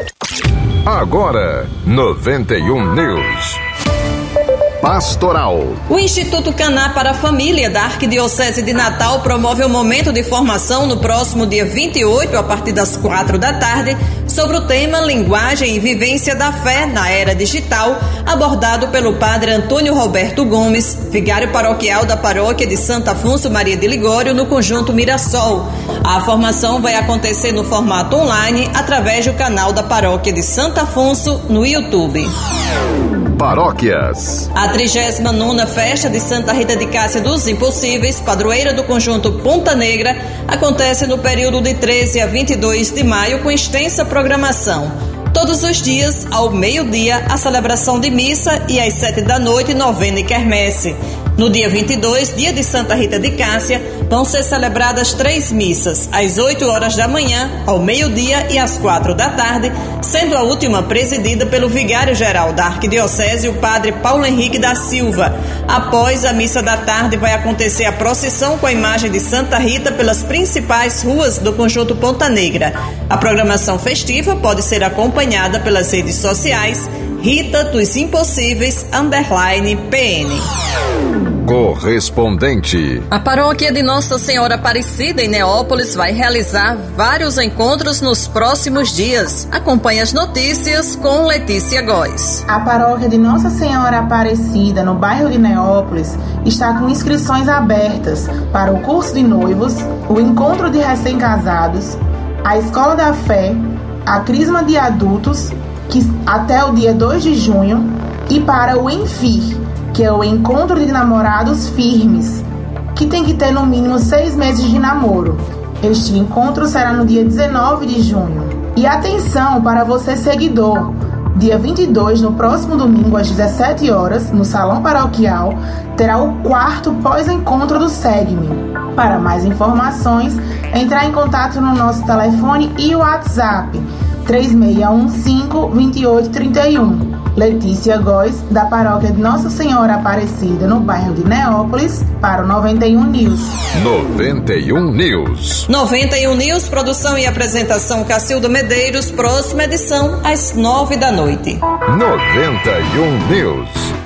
Agora, 91 News. Pastoral. O Instituto Caná para a Família da Arquidiocese de Natal promove um momento de formação no próximo dia 28, a partir das 4 da tarde, sobre o tema Linguagem e Vivência da Fé na Era Digital, abordado pelo padre Antônio Roberto Gomes, vigário paroquial da paróquia de Santo Afonso Maria de Ligório, no Conjunto Mirassol. A formação vai acontecer no formato online, através do canal da paróquia de Santo Afonso no YouTube. Paróquias. A 39ª Festa de Santa Rita de Cássia dos Impossíveis, padroeira do Conjunto Ponta Negra, acontece no período de 13 a 22 de maio com extensa programação. Todos os dias, ao meio-dia, a celebração de missa e às 7 da noite, novena e quermesse. No dia 22, dia de Santa Rita de Cássia, vão ser celebradas 3 missas, às 8 horas da manhã, ao meio-dia e às 4 da tarde, sendo a última presidida pelo vigário-geral da Arquidiocese, o padre Paulo Henrique da Silva. Após a missa da tarde, vai acontecer a procissão com a imagem de Santa Rita pelas principais ruas do Conjunto Ponta Negra. A programação festiva pode ser acompanhada pelas redes sociais Rita dos Impossíveis _PN. Correspondente. A paróquia de Nossa Senhora Aparecida em Neópolis vai realizar vários encontros nos próximos dias. Acompanhe as notícias com Letícia Góes. A paróquia de Nossa Senhora Aparecida, no bairro de Neópolis, está com inscrições abertas para o curso de noivos, o encontro de recém-casados, a Escola da Fé, a Crisma de Adultos, que até o dia 2 de junho, e para o ENFIR, que é o Encontro de Namorados Firmes, que tem que ter no mínimo 6 meses de namoro. Este encontro será no dia 19 de junho. E atenção para você seguidor, dia 22, no próximo domingo, às 17 horas, no Salão Paroquial, terá o 4º pós-encontro do Segue-me. Para mais informações, entrar em contato no nosso telefone e WhatsApp 3615-2831. Letícia Góes, da paróquia de Nossa Senhora Aparecida, no bairro de Neópolis, para o 91 News. 91 News. 91 News, produção e apresentação Cacildo Medeiros, próxima edição às 9 da noite. 91 News.